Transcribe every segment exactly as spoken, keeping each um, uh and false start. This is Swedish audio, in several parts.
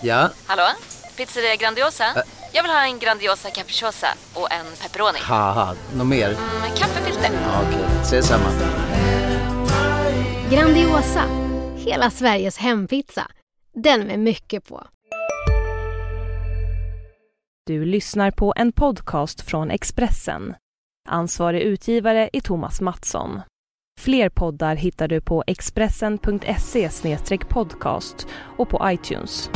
Ja? Hallå? Pizzeria Grandiosa? Ä- Jag vill ha en Grandiosa capriciosa och en pepperoni. Haha, något mer? Mm, kaffefilter. Ja, okej, okay. Ses samma. Grandiosa, hela Sveriges hempizza. Den med mycket på. Du lyssnar på en podcast från Expressen. Ansvarig utgivare är Thomas Mattsson. Fler poddar hittar du på expressen punkt se slash podcast och på iTunes.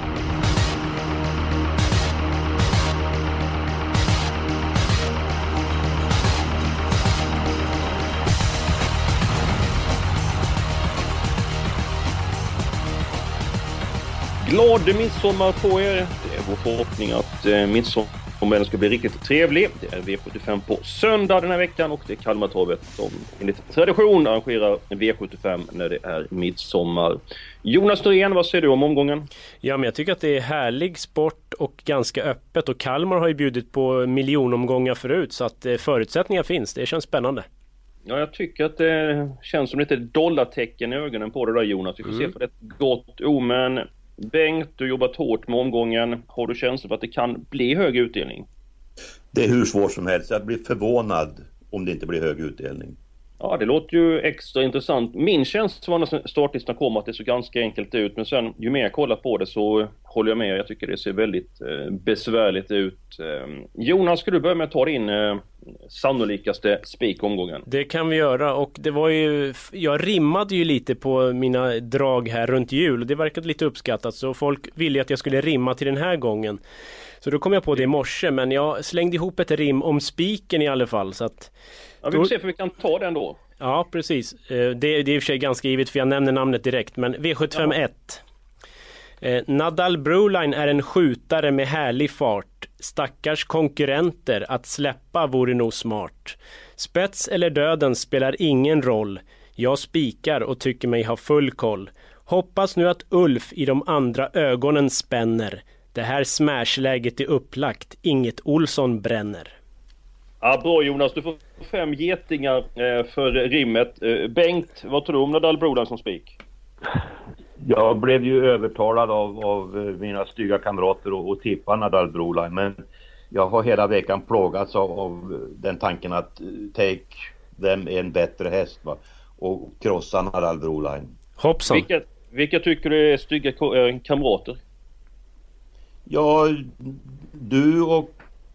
Glad midsommar på er. Det är vår förhoppning att eh, midsommaren ska bli riktigt trevlig. Det är V sjuttiofem på söndag den här veckan och det är Kalmartorvet som enligt tradition arrangerar V sjuttiofem när det är midsommar. Jonas Norén, vad säger du om omgången? Ja, men jag tycker att det är härlig sport och ganska öppet, och Kalmar har ju bjudit på miljonomgångar förut, så att eh, förutsättningar finns. Det känns spännande. Ja, jag tycker att det känns som lite dollartecken i ögonen på det där, Jonas. Vi får mm. se för det är ett gott omen. Bengt, du har jobbat hårt med omgången. Har du känslan för att det kan bli hög utdelning? Det är hur svårt som helst. Jag blir förvånad om det inte blir hög utdelning. Ja, det låter ju extra intressant. Min känsla var när startlistan kom att det såg ganska enkelt ut. Men sen, ju mer jag kollar på det så håller jag med. Jag tycker det ser väldigt eh, besvärligt ut. Eh, Jonas, ska du börja med att ta din eh, sannolikaste spik-omgången? Det kan vi göra, och det var ju, jag rimmade ju lite på mina drag här runt jul och det verkade lite uppskattat, så folk ville att jag skulle rimma till den här gången. Så då kom jag på det i morse, men jag slängde ihop ett rim om spiken i alla fall, så att... Ja, vi får se för vi kan ta den då. Ja, precis. Det, det är i och för sig ganska givet för jag nämner namnet direkt, men V sjuttiofem ett. Eh, Nadal Broline är en skjutare med härlig fart. Stackars konkurrenter, att släppa vore nog smart. Spets eller döden spelar ingen roll. Jag spikar och tycker mig ha full koll. Hoppas nu att Ulf i de andra ögonen spänner. Det här smashläget är upplagt. Inget Olsson bränner. Ja, bra Jonas, du får fem getingar eh, för rimmet. Eh, Bengt, vad tror du om Nadal Broline som spik? Jag blev ju övertalad av, av mina stygga kamrater och, och tippa Nadal Broline, men jag har hela veckan plågats av, av den tanken att take them är en bättre häst, va? Och krossa Nadal Broline. Hoppsan. Vilka, vilka tycker du är stygga äh, kamrater? Ja, du och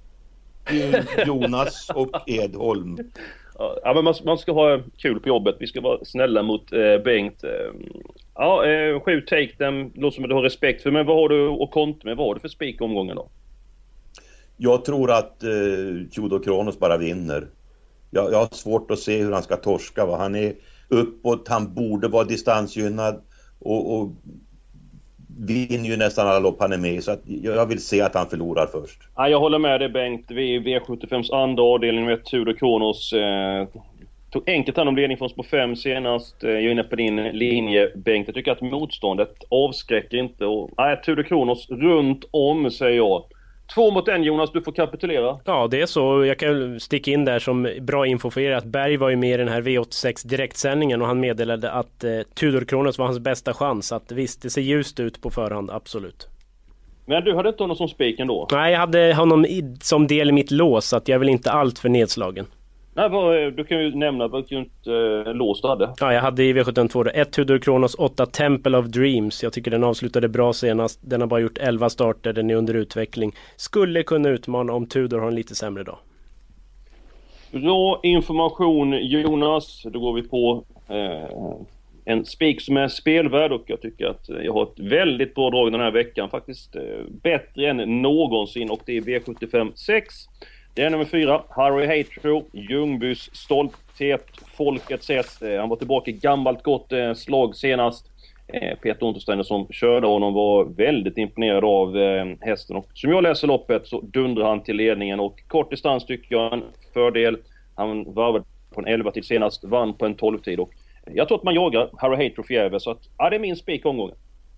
Jonas och Edholm. Ja, men man, man ska ha kul på jobbet. Vi ska vara snälla mot eh, Bengt. Ja, eh, sju take them. Låter som att du har respekt för. Men vad har du och kont med? Vad har du för spik omgången då? Jag tror att eh, Tudor Kronos bara vinner. Jag, jag har svårt att se hur han ska torska. Va? Han är uppåt. Han borde vara distansgynnad. Och, och vinner ju nästan alla lopp han är med. Så att jag vill se att han förlorar först. Ja, jag håller med dig Bengt. Vi är V sjuttiofems andra avdelning med Tudor Kronos. Eh, tog enkelt hand om ledning från spår fem senast. Eh, jag är inne på din linje Bengt. Jag tycker att motståndet avskräcker inte. Och, nej, Tudor Kronos runt om säger jag. Två mot en Jonas, du får kapitulera. Ja, det är så. Jag kan sticka in där som bra info för er att Berg var ju med i den här V åttiosex direktsändningen och han meddelade att eh, Tudor Kronos var hans bästa chans. Att visst, det ser ljust ut på förhand, absolut. Men du hade inte honom som spiken då? Nej, jag hade honom i, som del i mitt lås, så att jag är väl inte allt för nedslagen. Nej, vad, du kan ju nämna vilket eh, lås du hade. Ja, jag hade i V sjuttiofem två ett Tudor Kronos, åtta Temple of Dreams. Jag tycker den avslutade bra senast. Den har bara gjort elva starter, den är under utveckling. Skulle kunna utmana om Tudor har en lite sämre dag. Bra information Jonas. Då går vi på eh, en spik som är spelvärd och jag tycker att jag har ett väldigt bra drag den här veckan. Faktiskt eh, bättre än någonsin och det är V sjuttiofem sex. Det är nummer fyra, Harry Hatro, Ljungbys stolthet, folkets häst. Han var tillbaka i gammalt gott eh, slag senast. Eh, Peter Untersteiner som körde honom var väldigt imponerad av eh, hästen. Och som jag läser loppet så dundrar han till ledningen. Och kort distans tycker jag en fördel. Han varvade på en elva tid senast, vann på en tolv tid. Och jag tror att man jagar Harry Hatro fjärde. Så att, ja, det är min spik omgången.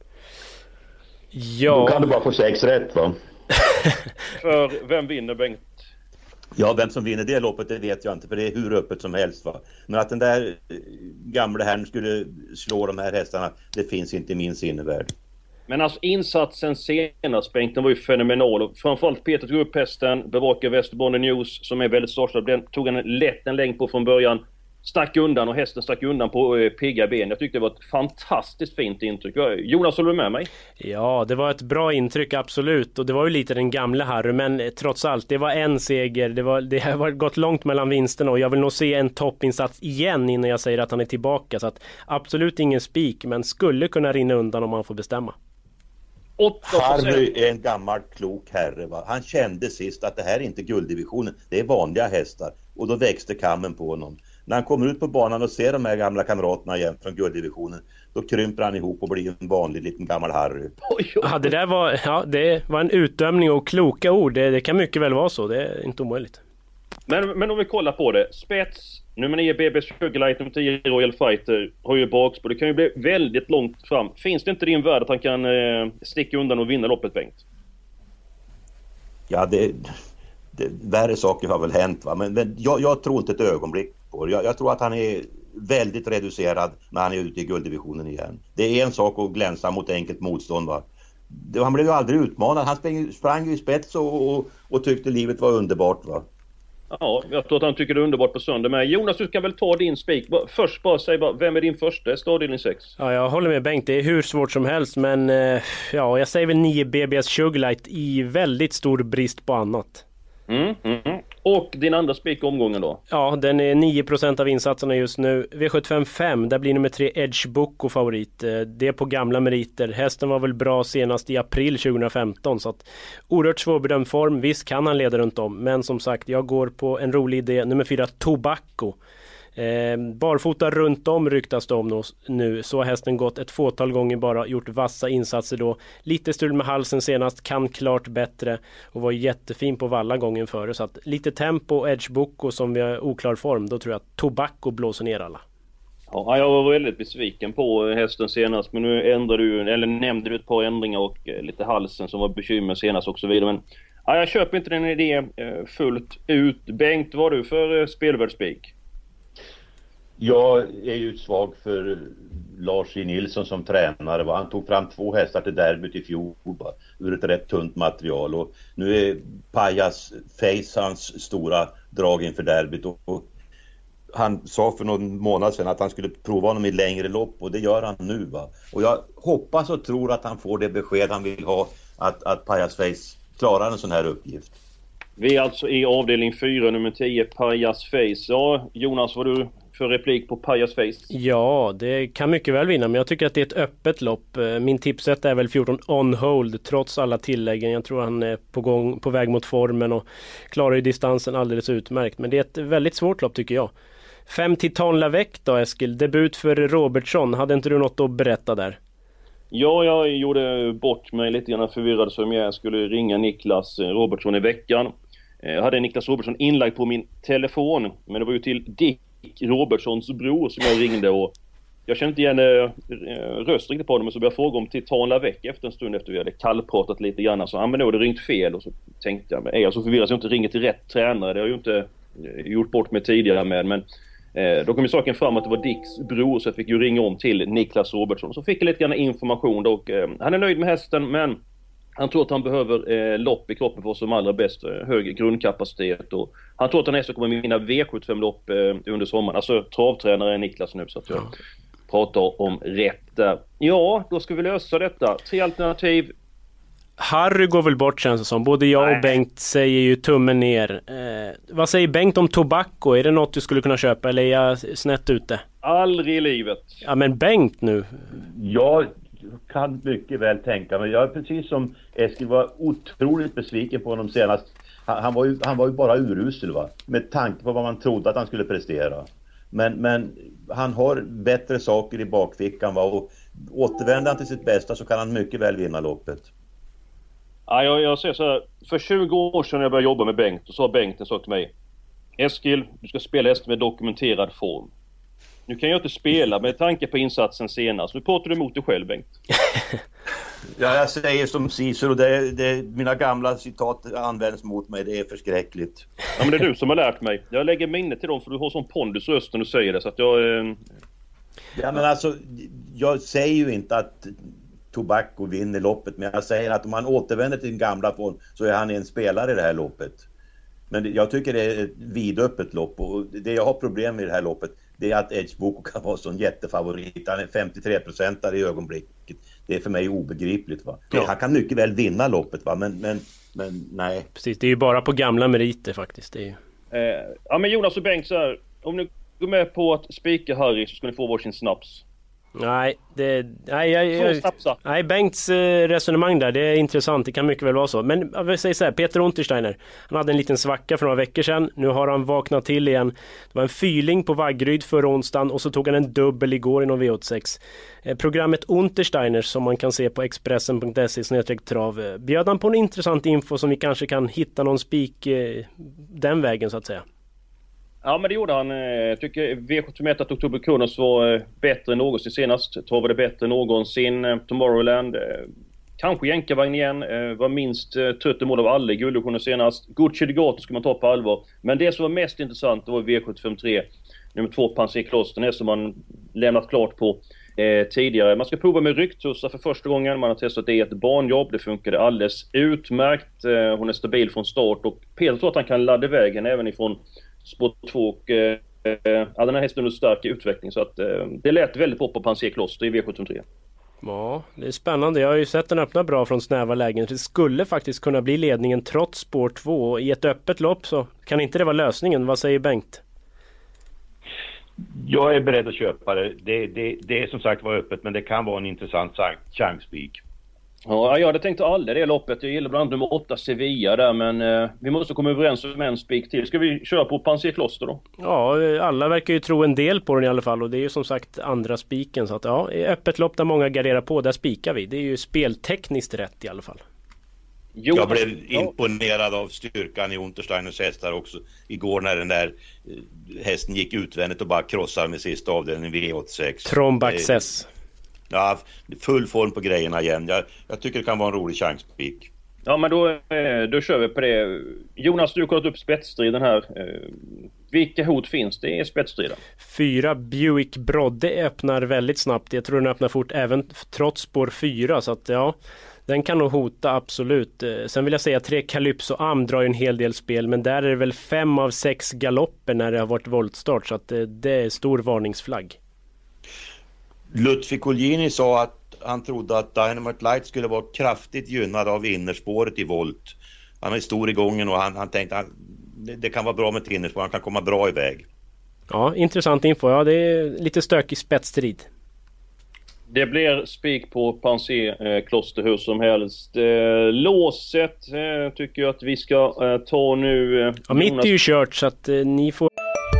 Ja. Då kan du bara få sex rätt, va? För vem vinner Bengt? Ja, vem som vinner det loppet det vet jag inte, för det är hur öppet som helst, va. Men att den där gamla herren skulle slå de här hästarna, det finns inte i min sinnevärld. Men alltså insatsen senast, Bengt, den var ju fenomenal. Och framförallt Peter tog upp hästen, bevakar Västerbotten News som är väldigt startstark. Den tog han lätt en längd på från början. Stack undan och hästen stack undan på eh, pigga ben. Jag tyckte det var ett fantastiskt fint intryck. Jonas, håller du med mig? Ja, det var ett bra intryck, absolut. Och det var ju lite den gamla Harry, men eh, trots allt, det var en seger. Det, var, det har gått långt mellan vinsterna och jag vill nog se en toppinsats igen innan jag säger att han är tillbaka. Så att absolut ingen spik, men skulle kunna rinna undan om man får bestämma. Harry är en gammal klok herre, va? Han kände sist att det här är inte gulddivisionen, det är vanliga hästar. Och då växte kammen på honom. När han kommer ut på banan och ser de här gamla kamraterna igen från gulddivisionen, då krymper han ihop och blir en vanlig liten gammal Harry. Ja, det där var, ja, det var en utdömning och kloka ord. Det, det kan mycket väl vara så, det är inte omöjligt. Men, men om vi kollar på det. Spets, nummer nio B B Sugarlight, nummer tio Royal Fighter har ju bakspår. Det kan ju bli väldigt långt fram. Finns det inte i din värld att han kan eh, sticka undan och vinna loppet, Bengt? Ja, det, det värre saker har väl hänt, va? Men, men jag, jag tror inte ett ögonblick på det. Jag, jag tror att han är väldigt reducerad när han är ute i gulddivisionen igen. Det är en sak att glänsa mot enkelt motstånd, va? Det, han blev ju aldrig utmanad. Han sprang, sprang ju i spets och, och, och tyckte livet var underbart, va? Ja, jag tror att han tycker det är underbart på söndag. Men Jonas, du kan väl ta din spik. Först bara säg bara, vem är din första staddelning sex? Ja, jag håller med Bengt. Det är hur svårt som helst. Men ja, jag säger väl nio B B S Sugarlight i väldigt stor brist på annat. Mm, mm. Och din andra spik omgången då? Ja, den är nio procent av insatserna just nu. V sjuttiofem fem, där blir nummer tre Edge Boko favorit. Det är på gamla meriter. Hästen var väl bra senast i april tjugohundrafemton, så att oerhört svårbedömd form. Visst kan han leda runt om, men som sagt, jag går på en rolig idé. Nummer fyra Tobacco. Eh, barfota runt om ryktas det om nu. Så har hästen gått ett fåtal gånger bara, gjort vassa insatser då. Lite stul med halsen senast, kan klart bättre och var jättefin på valla gången före. Så att lite tempo och Edge Boko som vi har oklar form, då tror jag att Tobacco blåser ner alla. Ja, jag var väldigt besviken på hästen senast, men nu ändrade du, eller nämnde du ett par ändringar och eh, lite halsen som var bekymmer senast och så vidare. Men ja, jag köper inte den idén eh, fullt ut. Bengt, vad har du för eh, spelvärldsspik? Jag är ju svag för Lars E. Nilsson som tränare. Han tog fram två hästar till derbyt i fjol ur ett rätt tunt material. Och nu är Pajas Face hans stora drag inför derbyt. Och han sa för någon månad sedan att han skulle prova honom i längre lopp, och det gör han nu, va? Och jag hoppas och tror att han får det besked han vill ha, att, att Pajas Face klarar en sån här uppgift. Vi är alltså i avdelning fyra, nummer tio Pajas Face. Ja, Jonas, vad du för replik på Pajas Face? Ja, det kan mycket väl vinna, men jag tycker att det är ett öppet lopp. Min tipset är väl fjorton On Hold trots alla tilläggen. Jag tror han är på gång, på väg mot formen och klarar ju distansen alldeles utmärkt. Men det är ett väldigt svårt lopp tycker jag. Fem Titan Lavec då, Eskil. Debut för Robertsson. Hade inte du något att berätta där? Ja, jag gjorde bort mig lite grann förvirrad som jag skulle ringa Niklas Robertsson i veckan. Jag hade Niklas Robertsson inlagd på min telefon, men det var ju till Dick Robertsons bror som jag ringde, och jag kände inte igen äh, röst riktigt på honom, så började jag fråga om Titan Lavec efter en stund efter vi hade kallpratat lite grann. Så, ja, men då hade det ringt fel, och så tänkte jag, men är jag så förvirrad så jag inte ringer till rätt tränare? Det har jag ju inte äh, gjort bort mig tidigare med, men äh, då kom ju saken fram att det var Dicks bror, så jag fick ju ringa om till Niklas Robertsson. Så fick jag lite grann information då, och äh, han är nöjd med hästen, men han tror att han behöver eh, lopp i kroppen för som allra bäst, eh, hög grundkapacitet, och han tror att han nästan kommer vinna V sjuttiofem-lopp eh, under sommaren. Alltså travtränare är Niklas nu, så att jag ja. pratar om rätt där. Ja, då ska vi lösa detta. Tre alternativ. Harry går väl bort, känns det som. Både jag Nej. och Bengt säger ju tummen ner. Eh, vad säger Bengt om Tobacco? Är det något du skulle kunna köpa, eller är jag snett ute? Aldrig i livet. Ja, men Bengt nu. Ja, kan mycket väl tänka, men jag är precis som Eskil, var otroligt besviken på honom senast. Han, han, var, ju, han var ju bara urusel, va? Med tanke på vad man trodde att han skulle prestera. Men, men han har bättre saker i bakfickan, va? Och återvänder han till sitt bästa så kan han mycket väl vinna loppet. Ja, jag, jag säger så här, för tjugo år sedan när jag började jobba med Bengt, och så har Bengt en sak till mig: Eskil, du ska spela häst med dokumenterad form. Nu kan jag inte spela med tanke på insatsen senast. Nu pratar du emot dig själv, Bengt. Ja, jag säger som Cicero, det, det, mina gamla citat används mot mig, det är förskräckligt. Ja, men det är du som har lärt mig. Jag lägger minne till dem, för du har sån pondus i rösten när du säger det, så att jag... Eh... Ja, men alltså, jag säger ju inte att Tobacco vinner loppet. Men jag säger att om han återvänder till den gamla form så är han en spelare i det här loppet. Men jag tycker det är ett vidöppet lopp. Och det jag har problem med i det här loppet, det är att Edge Boko kan vara sån jättefavorit. Han är femtiotre procent i ögonblicket. Det är för mig obegripligt, va. Ja. Han kan mycket väl vinna loppet, va. Men, men, men nej. Precis, det är ju bara på gamla meriter faktiskt. Det är ju... eh, ja men Jonas och Bengt, så här, om ni går med på att spika Harry så ska ni få varsin snaps. Nej, det, nej, jag, jag, nej, Bengts resonemang där, det är intressant, det kan mycket väl vara så. Men jag vill säga så här, Peter Untersteiner, han hade en liten svacka för några veckor sedan. Nu har han vaknat till igen. Det var en fyling på Vaggeryd förra onsdagen och så tog han en dubbel igår i någon V åttiosex. Programmet Untersteiner som man kan se på expressen punkt se snedstreck trav bjöd han på en intressant info som vi kanske kan hitta någon spik den vägen så att säga. Ja, men det gjorde han. Jag tycker V sjuttiofem att Oktober Kronos var bättre än någonsin senast. Torv var det bättre än någonsin. Tomorrowland, kanske jänkarvagn igen. Var minst trött i mål av alla gulddivisioner senast. Gucci de Gato ska man ta på allvar. Men det som var mest intressant var V sjuttiofem tre. Nummer två Panzer Kloster, som man lämnat klart på eh, tidigare. Man ska prova med rycktussar för första gången. Man har testat det i ett barnjobb. Det funkade alldeles utmärkt. Eh, hon är stabil från start. Och Peter tror att han kan ladda vägen även ifrån spår två och eh, ja, den här hästen är stark i utveckling så att eh, det lät väldigt bra på Panzer Kloster i V sjuttiofem tre. Ja, det är spännande. Jag har ju sett den öppna bra från snäva lägen. Det skulle faktiskt kunna bli ledningen trots spår två. I ett öppet lopp så kan inte det vara lösningen. Vad säger Bengt? Jag är beredd att köpa det. Det, det, det är som sagt var öppet, men det kan vara en intressant chansspik. Ja, jag hade tänkt aldrig det loppet. Jag gillar bland annat nummer åtta Sevilla där, men eh, vi måste komma överens om en spik till. Ska vi köra på Panzer Kloster då? Ja, alla verkar ju tro en del på den i alla fall och det är ju som sagt andra spiken. Så att ja, öppet lopp där många garderar på, där spikar vi. Det är ju speltekniskt rätt i alla fall. Jo, jag blev imponerad av styrkan i Untersteiners hästar också igår när den där hästen gick utvändigt och bara krossade med sista avdelningen V åttiosex. Trombaxess. Ja, full form på grejerna igen. Jag, jag tycker det kan vara en rolig chanspik. Ja, men då, då kör vi på det. Jonas, du har kollat upp spetsstriden här. Vilka hot finns det i spetsstriden? Fyra Buick Brodde öppnar väldigt snabbt. Jag tror den öppnar fort även trots spår fyra. Så att ja, den kan nog hota absolut. Sen vill jag säga att tre Calypso Am drar en hel del spel. Men där är det väl fem av sex galopper när det har varit voltstart. Så att det, det är stor varningsflagg. Lutfi Colgjini sa att han trodde att Dynamite Light skulle vara kraftigt gynnad av innerspåret i volt. Han är stor i gången och han, han tänkte att det, det kan vara bra med ett innerspår, han kan komma bra iväg. Ja, intressant info. Ja, det är lite stökig spetsstrid. Det blir spik på Panzer eh, Kloster hur som helst. Eh, låset eh, tycker jag att vi ska eh, ta nu. Eh, ja, mitt är ju kört så att eh, ni får...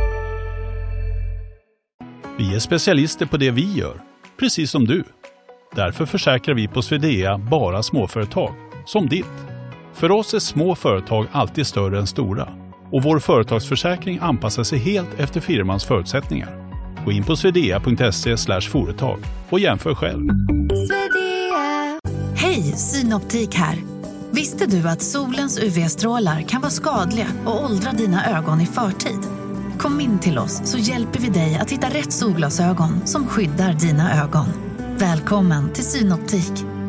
Vi är specialister på det vi gör, precis som du. Därför försäkrar vi på Swedea bara småföretag, som ditt. För oss är små företag alltid större än stora. Och vår företagsförsäkring anpassar sig helt efter firmans förutsättningar. Gå in på swedea punkt se slash företag och jämför själv. Hej, Synoptik här. Visste du att solens U V-strålar kan vara skadliga och åldra dina ögon i förtid? Kom in till oss så hjälper vi dig att hitta rätt solglasögon som skyddar dina ögon. Välkommen till Synoptik.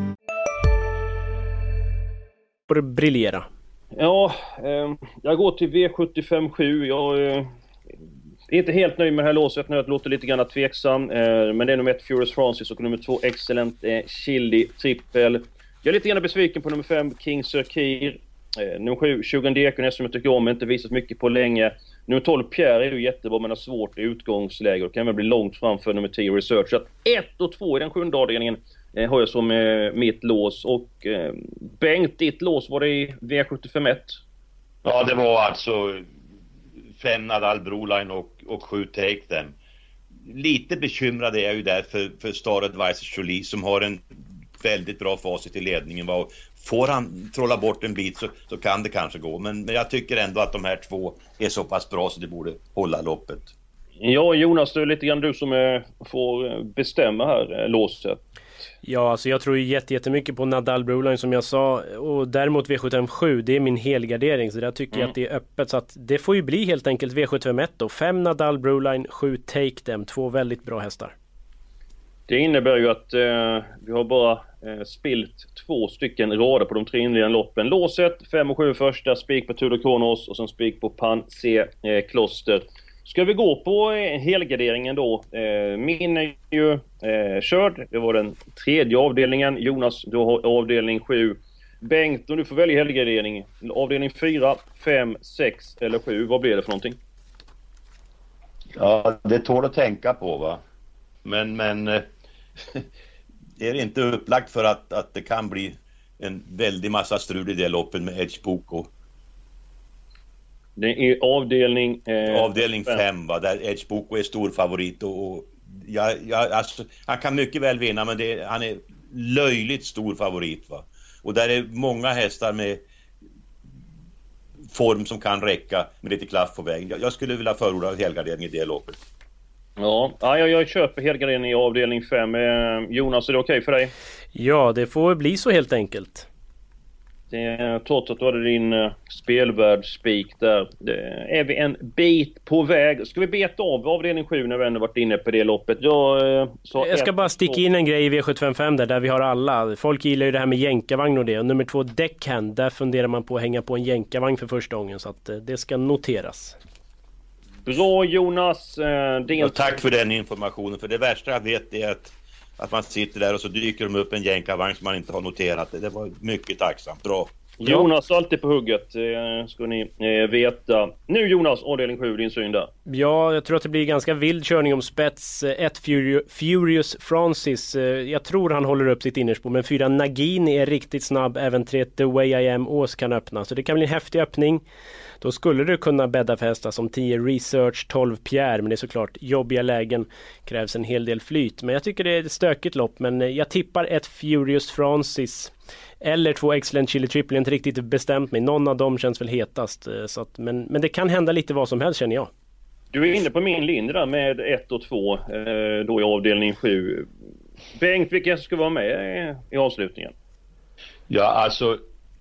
Får briljera. Ja, eh, jag går till V sjuttiofem sju. Jag eh, är inte helt nöjd med det här låset nu. Det låter lite grann tveksam. Eh, men det är nummer ett Furious Francis och nummer två Excellent eh, Chili Trippel. Jag är lite grann besviken på nummer fem King Sirkir. Eh, nummer sju tjugo Dekon som jag tycker om, inte visat mycket på länge. Nummer tolv Pierre är ju jättebra men har svårt i utgångsläge och kan väl bli långt framför nummer tio Research. Så att ett och två i den sjunde avdelningen eh, har jag som eh, mitt lås. Och eh, Bengt, ditt lås var det i V sjuttiofem ett? Ja, det var alltså fem Nadal Broline och, och sju Take Them. Lite bekymrad är jag ju där för, för Star Advisor Jolie som har en väldigt bra facit i ledningen. Va? Får han trolla bort en bit så, så kan det kanske gå. Men, men jag tycker ändå att de här två är så pass bra så det borde hålla loppet. Ja, Jonas, det är lite grann du som är, får bestämma här, låset. Ja, alltså jag tror ju jätte, jättemycket på Nadal Broline som jag sa. Och däremot V sjuttiofem sju, det är min helgardering. Så där tycker mm. jag att det är öppet. Så att det får ju bli helt enkelt V sjuttiofem ett då. Fem Nadal Broline, sju Take Them. Två väldigt bra hästar. Det innebär ju att eh, vi har bara eh, spilt två stycken rader på de tre inledande loppen. Låset, fem och sju första, spik på Tudor Kronos och sen spik på Pan C eh, Kloster. Ska vi gå på eh, helgarderingen då? Eh, min är ju eh, körd. Det var den tredje avdelningen. Jonas, du har avdelning sju. Bengt, och du får välja helgardering. Avdelning fyra, fem, sex eller sju. Vad blir det för någonting? Ja, det tål att tänka på, va? Men, men eh, det är inte upplagt för att, att det kan bli en väldig massa strul i det loppen med Edge Boko. Det är avdelning... Eh, avdelning fem, va? Där Edge Boko är stor favorit. Och, och ja, ja, alltså, han kan mycket väl vinna, men det, han är löjligt stor favorit, va? Och där är många hästar med form som kan räcka med lite klaff på vägen. Jag, jag skulle vilja förorda helgardering i det loppet. Ja, ja jag, jag köper helgardering i avdelning fem. Eh, Jonas, är det okej okay för dig? Ja, det får bli så helt enkelt. Det, trots att du hade din uh, spelvärldsspik där. Det, är vi en bit på väg. Ska vi beta av avdelning sju när vi ändå varit inne på det loppet? Jag, uh, så jag ska bara sticka in en grej i V sjuttiofem där, där vi har alla. Folk gillar ju det här med jänkarvagn och det. Och nummer två, Deckhand, där funderar man på att hänga på en jänkarvagn för första gången. Så att uh, det ska noteras. Bra, Jonas. Uh, din... ja, tack för den informationen. För det värsta jag vet är att Att man sitter där och så dyker de upp en jänkarvagn som man inte har noterat. Det var mycket tacksamt. Bra. Jonas, alltid på hugget. Eh, ska ni eh, veta. Nu Jonas, avdelning sju, din syn där. Ja, jag tror att det blir ganska vild körning om spets. Ett Furious Francis. Jag tror han håller upp sitt innerspår. Men fyra Nagini är riktigt snabb. Även tre The Way I Am Ås kan öppna. Så det kan bli en häftig öppning. Då skulle du kunna bädda för hästar som tio Research, tolv Pierre. Men det är såklart jobbiga lägen. Krävs en hel del flyt. Men jag tycker det är ett stökigt lopp. Men jag tippar ett Furious Francis. Eller två Excellent Chili Triple. Jag har inte riktigt bestämt mig. Någon av dem känns väl hetast. Så att, men, men det kan hända lite vad som helst, känner jag. Du är inne på min linje där med ett och två. Eh, då i avdelning sju. Bengt, vilka ska vara med i avslutningen? Ja, alltså...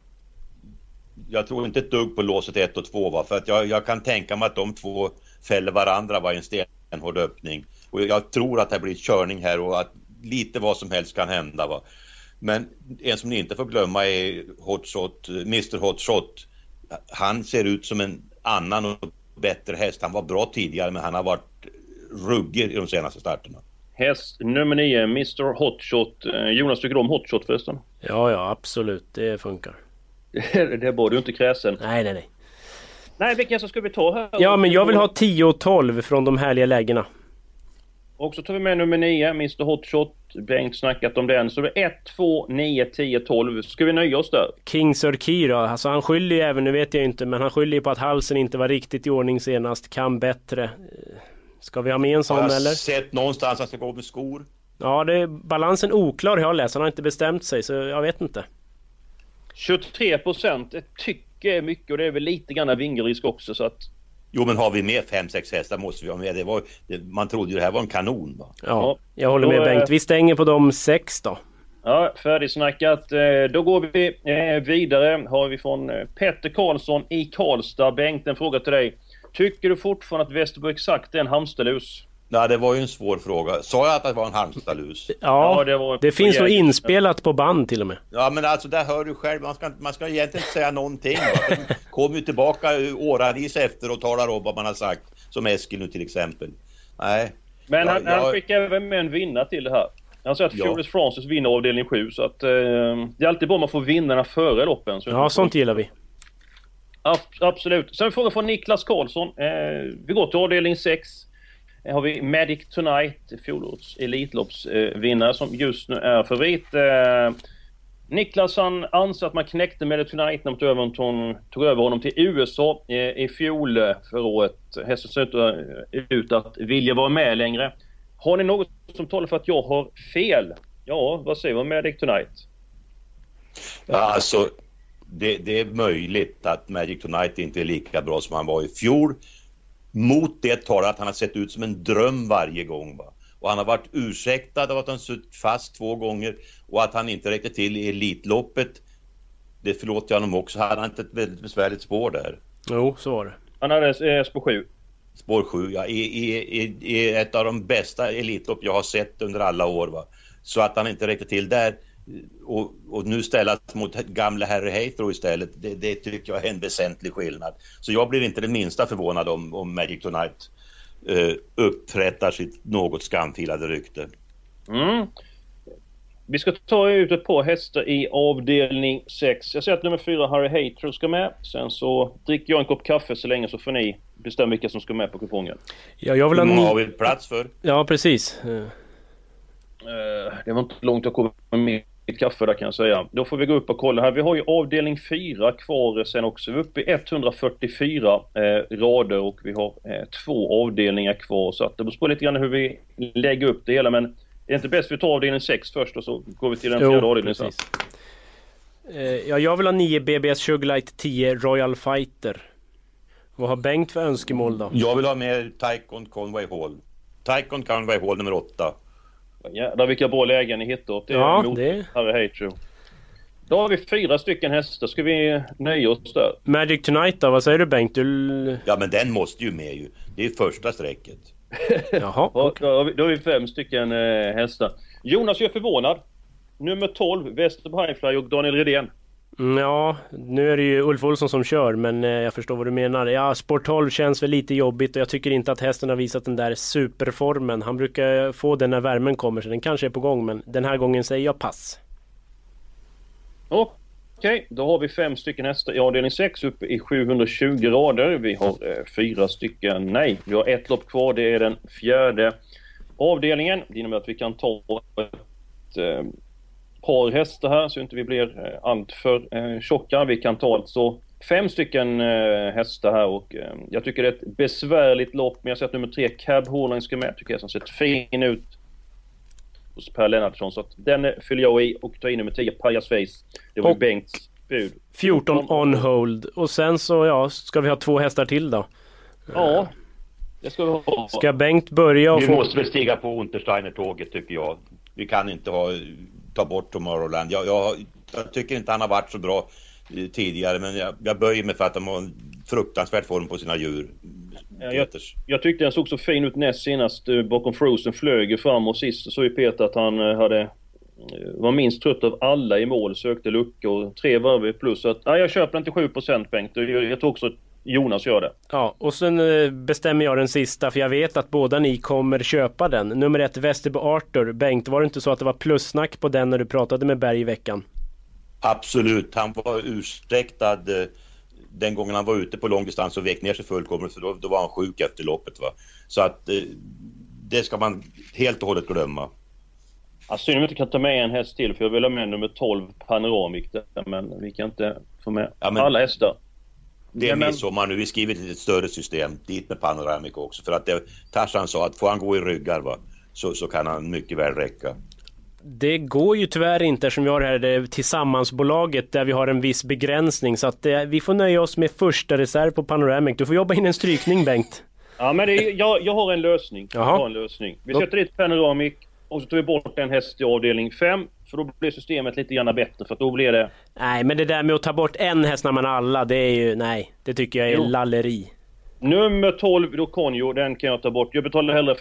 Jag tror inte ett dugg på låset ett och två, va? För att jag, jag kan tänka mig att de två fäller varandra var en stenhård öppning. Och jag tror att det blir körning här och att lite vad som helst kan hända, va? Men en som ni inte får glömma är Hotshot, mister Hotshot. Han ser ut som en annan och bättre häst. Han var bra tidigare, men han har varit ruggig i de senaste starterna. Häst nummer nio, mister Hotshot. Jonas, tycker du om Hotshot förresten? Ja, ja, absolut. Det funkar. Det är bara du inte kräsen. Nej, nej, nej. Nej, vilken så ska vi ta här? Ja, men jag vill ha tio och tolv från de härliga lägena. Och så tar vi med nummer nio, mister Hotshot. Bengt snackat om den. Så det är ett, två, nio, tio, tolv. Ska vi nöja oss där? King Sir Kira, alltså han skyller ju även, nu vet jag inte, men han skyller ju på att halsen inte var riktigt i ordning senast. Kan bättre. Ska vi ha med en sån eller? Har jag sett någonstans att han ska gå med skor? Ja, det är balansen oklar, jag har läst. Han har inte bestämt sig, så jag vet inte. tjugotre procent tycker jag är mycket, och det är väl lite grann vingerisk också, så att... Jo, men har vi med fem sex hästar måste vi ha med. Det var, det, man trodde ju det här var en kanon, va? Ja, jag håller med då, Bengt. Vi stänger på de sex då. Ja, färdigsnackat. Då går vi vidare. Har vi från Petter Karlsson i Karlstad. Bengt, en fråga till dig. Tycker du fortfarande att Västerbo Exakt är en hamsterlus? Ja, det var ju en svår fråga. Sa jag att det var en halmstadlus? Ja, ja, det, var det finns nog inspelat på band till och med. Ja, men alltså där hör du själv. Man ska, man ska egentligen inte säga någonting. Kom ju tillbaka åravis efter och talar om vad man har sagt. Som Eskil nu till exempel. Nej. Men ja, han, jag... han skickar även med en vinna till det här. Han säger att ja. Furious Francis vinner avdelning sju. Så att, eh, det är alltid bra att man får vinnarna före loppen. Så ja, sånt gillar vi. Ja, absolut. Sen frågar från Niklas Karlsson. Eh, vi går till avdelning sex. Har vi Magic Tonight, fjolårets elitloppsvinnare eh, som just nu är favorit. Eh, Niklas han anser att man knäckte Magic Tonight när man tog över, honom, tog över honom till U S A eh, i fjol för året. Hästen ser ut att vilja vara med längre. Har ni något som talar för att jag har fel? Ja, vad säger vi om Magic Tonight? Ja, alltså det, det är möjligt att Magic Tonight inte är lika bra som han var i fjol. Mot det talar att han har sett ut som en dröm varje gång, va? Och han har varit ursäktad av att han suttit fast två gånger och att han inte räckte till i elitloppet. Det förlåter jag honom också. Han hade inte ett väldigt besvärligt spår där. Jo, så var det. Han hade eh, spår sju. spår sju, ja, är, är, är ett av de bästa elitlopp jag har sett under alla år. Va? Så att han inte räckte till där och, och nu ställas mot gamla Harry Haythrow istället, det, det tycker jag är en väsentlig skillnad. Så jag blir inte det minsta förvånad om, om Magic Tonight uh, upprättar sitt något skamfilade rykte. Mm. Vi ska ta ut ett par hästar i avdelning sex. Jag ser att nummer fyra Harry Haythrow ska med. Sen så dricker jag en kopp kaffe så länge, så får ni bestämma vilka som ska med på kupongen. Ja, jag vill ha ni... har vi plats för? Ja, precis. Uh. Uh, det var inte långt att komma med ett kaffe där, kan jag säga. Då får vi gå upp och kolla här. Vi har ju avdelning fyra kvar sen också. Vi är uppe i etthundrafyrtiofyra eh, rader och vi har eh, två avdelningar kvar. Så att det beror på lite grann hur vi lägger upp det hela. Men är det inte bäst vi tar avdelning sex först och så går vi till den fjärde avdelningen sen? Eh, ja, jag vill ha nio B B S Sugarlight, tio Royal Fighter. Vad har Bengt för önskemål då? Jag vill ha med Tycoon Conway Hall. Tycoon Conway Hall nummer åtta. Ja, där vilka bra lägen ni hittar åt det. Ja, mot det. Harry Haythrow. Då har vi fyra stycken hästar. Ska vi nöja oss där? Magic Tonight då, vad säger du Bengt? Du... Ja, men den måste ju med ju. Det är första sträcket. Jaha. Okay. Då, har vi, då har vi fem stycken eh, hästar. Jonas, jag är förvånad. Nummer tolv, Westerby Highfly och Daniel Redén. Mm, ja, nu är det ju Ulf Olsson som kör, men eh, jag förstår vad du menar. Ja, Sport tolv känns väl lite jobbigt och jag tycker inte att hästen har visat den där superformen. Han brukar få den när värmen kommer, så den kanske är på gång, men den här gången säger jag pass. Okej, okay, då har vi fem stycken hästar i avdelning sex uppe i sjuhundratjugo rader. Vi har eh, fyra stycken, nej, vi har ett lopp kvar, det är den fjärde avdelningen. Det innebär att vi kan ta ett eh, par hästar här så inte vi blir eh, allt för eh, tjocka. Vi kan ta alltså fem stycken eh, hästar här och eh, jag tycker det är ett besvärligt lopp, men jag ser att nummer tre Cab Horline ska med, tycker jag som sett fin ut hos Per Lennartsson, så att den fyller jag i och tar in nummer tio Pajas Face. Det var och Bengts bud. fjorton on hold och sen så ja, ska vi ha två hästar till då. Ja, det ska vi ha. Ska Bengt börja och vi få... måste väl stiga på Untersteiner-tåget tycker jag. Vi kan inte ha, ta bort Tomorrowland. Jag, jag, jag tycker inte han har varit så bra eh, tidigare, men jag, jag böjer mig för att de har en fruktansvärd form på sina djur. Ja, jag, jag tyckte den såg så fin ut näst senast eh, bakom Frozen, flög fram och sist så ju Peter att han eh, hade, eh, var minst trött av alla i mål, sökte lucka och tre varv plus. Så att, ja, jag köper den till sju procent Bengt och jag, jag tror också Jonas gör det. Ja, och sen eh, bestämmer jag den sista, för jag vet att båda ni kommer köpa den. Nummer ett, Westerby Arthur. Bengt, var det inte så att det var plussnack på den när du pratade med Berg i veckan? Absolut, han var ursäktad eh, den gången han var ute på långdistans och vek ner sig fullkomligt, för då, då var han sjuk efter loppet. Va? Så att eh, det ska man helt och hållet glömma. Alltså, synd om vi inte kan ta med en häst till, för jag vill ha med nummer tolv Panoramic där, men vi kan inte få med ja, men... alla hästar. Det är midsommar nu, vi skriver ett större system dit med Panoramic också, för att det, Tarzan sa att får han gå i ryggar va, så, så kan han mycket väl räcka. Det går ju tyvärr inte som vi har här det tillsammansbolaget där vi har en viss begränsning, så att det, vi får nöja oss med första reserv på Panoramic. Du får jobba in en strykning Bengt. Ja, men det är, jag, jag har en lösning. Jag har en lösning. Vi sätter dit Panoramic och så tar vi bort en häst i avdelning fem. För då blir systemet lite grann bättre, för då blir det... Nej, men det där med att ta bort en häst när man har alla, det är ju... Nej, det tycker jag är jo. lalleri. Nummer tolv, Don Conio, den kan jag ta bort. Jag betalar hellre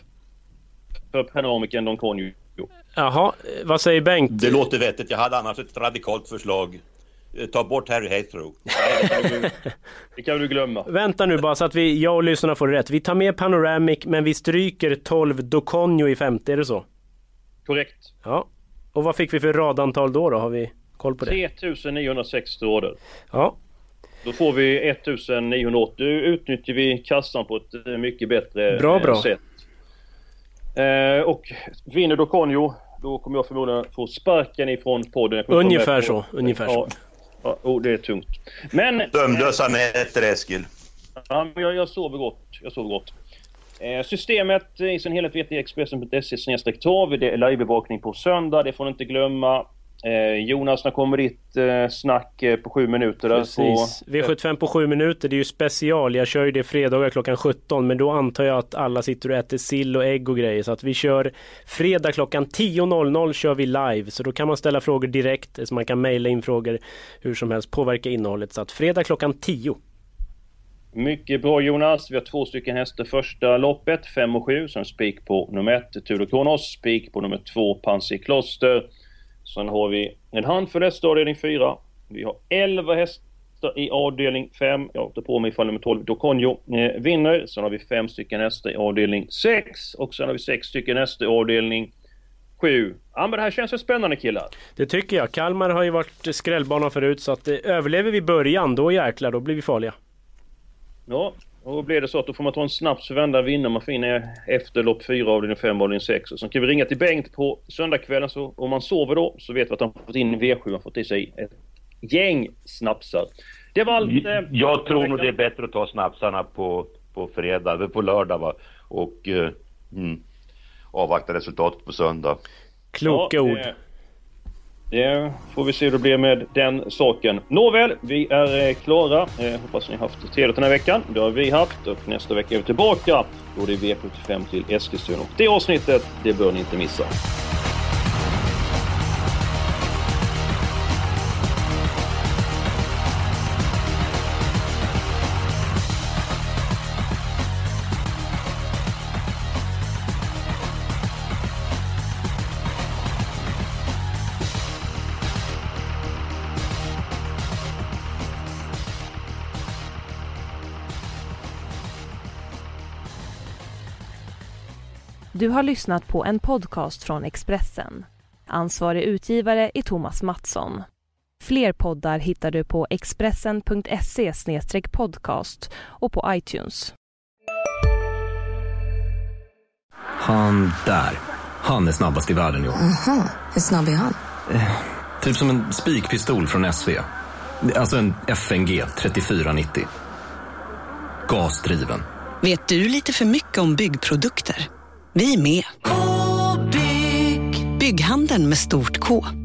för Panoramic än Don Conio. Jaha, vad säger Bengt? Det låter vettigt. Jag hade annars ett radikalt förslag. Ta bort Harry Haythrow. Nej, det kan du, det kan du glömma. Vänta nu bara så att vi, jag och lyssnarna får rätt. Vi tar med Panoramic, men vi stryker tolv Don Conio i femte, är det så? Korrekt. Ja. Och vad fick vi för radantal då då? Har vi koll på det? tre tusen niohundrasextio rader. Ja. Då får vi ett tusen niohundraåttio. Utnyttjar vi kassan på ett mycket bättre bra, bra. sätt. Eh, och vinner Don Conio, då kommer jag förmodligen få sparken ifrån podden. Ungefär på, så, ungefär ja, så. Ja, oh, det är tungt. Men... Dömlösa nätter, Eskil. Ja, men jag, jag sover gott. Jag sover gott. Eh, systemet i sin helhet vet i Expressen punkt se snedstreck trav. Det är livebevakning på söndag, det får ni inte glömma. Eh, Jonas, när kommer ditt eh, snack eh, på sju minuter? Där precis, på... V sjuttiofem på sju minuter, det är ju special. Jag kör ju det fredagar klockan sjutton, men då antar jag att alla sitter och äter sill och ägg och grejer. Så att vi kör fredag klockan tio noll noll kör vi live. Så då kan man ställa frågor direkt, så man kan mejla in frågor hur som helst, påverka innehållet. Så att fredag klockan tio. Mycket bra Jonas. Vi har två stycken hästar första loppet, fem och sju. Sen spik på nummer ett, Tudor Kronos. Spik på nummer två, Pansy Kloster. Sen har vi en handfull hästar i avdelning fyra. Vi har elva hästar i avdelning fem. Jag tar på mig ifall nummer tolv, Dokonjo, eh, vinner. Sen har vi fem stycken hästar i avdelning sex. Och sen har vi sex stycken hästar i avdelning sju. Ja, men det här känns ju spännande killar. Det tycker jag. Kalmar har ju varit skrällbana förut, så att eh, överlever vi början, då jäklar, då blir vi farliga. Ja, och då blir det så att då får man ta en snaps för vända vinna. Man får in efter lopp fyra, avdelning fem, avdelning sex. Och sen kan vi ringa till Bengt på söndagskvällen, så om man sover då så vet vi att han fått in V sju. Han fått i sig ett gäng snapsar. Det var allt. Eh, jag tror nog det är bättre att ta snapsarna på, på fredag, eller på lördag va? Och eh, mm, avvakta resultatet på söndag. Kloka ja, ord. Det, det får vi se hur det blir med den saken. Nåväl, vi är eh, klara. Eh, hoppas ni har haft trevligt den här veckan. Det har vi haft, och nästa vecka är vi tillbaka. Då är det V sjuttiofem till Eskilstuna. Och det avsnittet, det bör ni inte missa. Du har lyssnat på en podcast från Expressen. Ansvarig utgivare är Thomas Mattsson. Fler poddar hittar du på expressen punkt se slash podcast och på iTunes. Han där. Han är snabbast i världen, jo. Aha, hur snabb är han? Eh, typ som en spikpistol från S V. Alltså en F N G trettiofyra nittio. Gasdriven. Vet du lite för mycket om byggprodukter? Vi är med. K-bygg. Bygghandeln med stort K.